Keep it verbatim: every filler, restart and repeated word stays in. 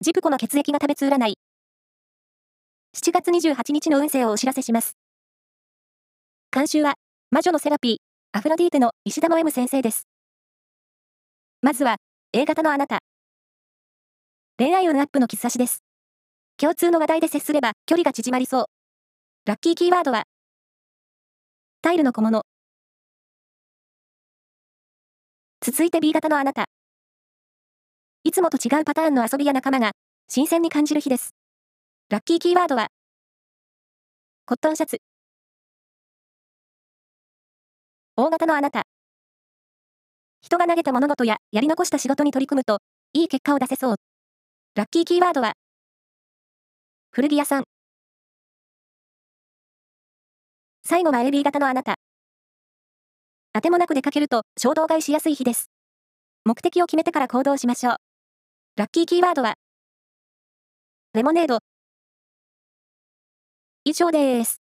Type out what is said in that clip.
ジプコの血液が食べつ占い。しちがつにじゅうはちにちの運勢をお知らせします。監修は、魔女のセラピー、アフロディーテの石田の M 先生です。まずは、A 型のあなた。恋愛運アップの兆しです。共通の話題で接すれば距離が縮まりそう。ラッキーキーワードは、タイルの小物。続いて B 型のあなた。いつもと違うパターンの遊びや仲間が、新鮮に感じる日です。ラッキーキーワードは、コットンシャツ。O 型のあなた。人が投げた物事ややり残した仕事に取り組むと、いい結果を出せそう。ラッキーキーワードは、古着屋さん。最後は エービー 型のあなた。あてもなく出かけると衝動買いしやすい日です。目的を決めてから行動しましょう。ラッキーキーワードは、レモネード。以上です。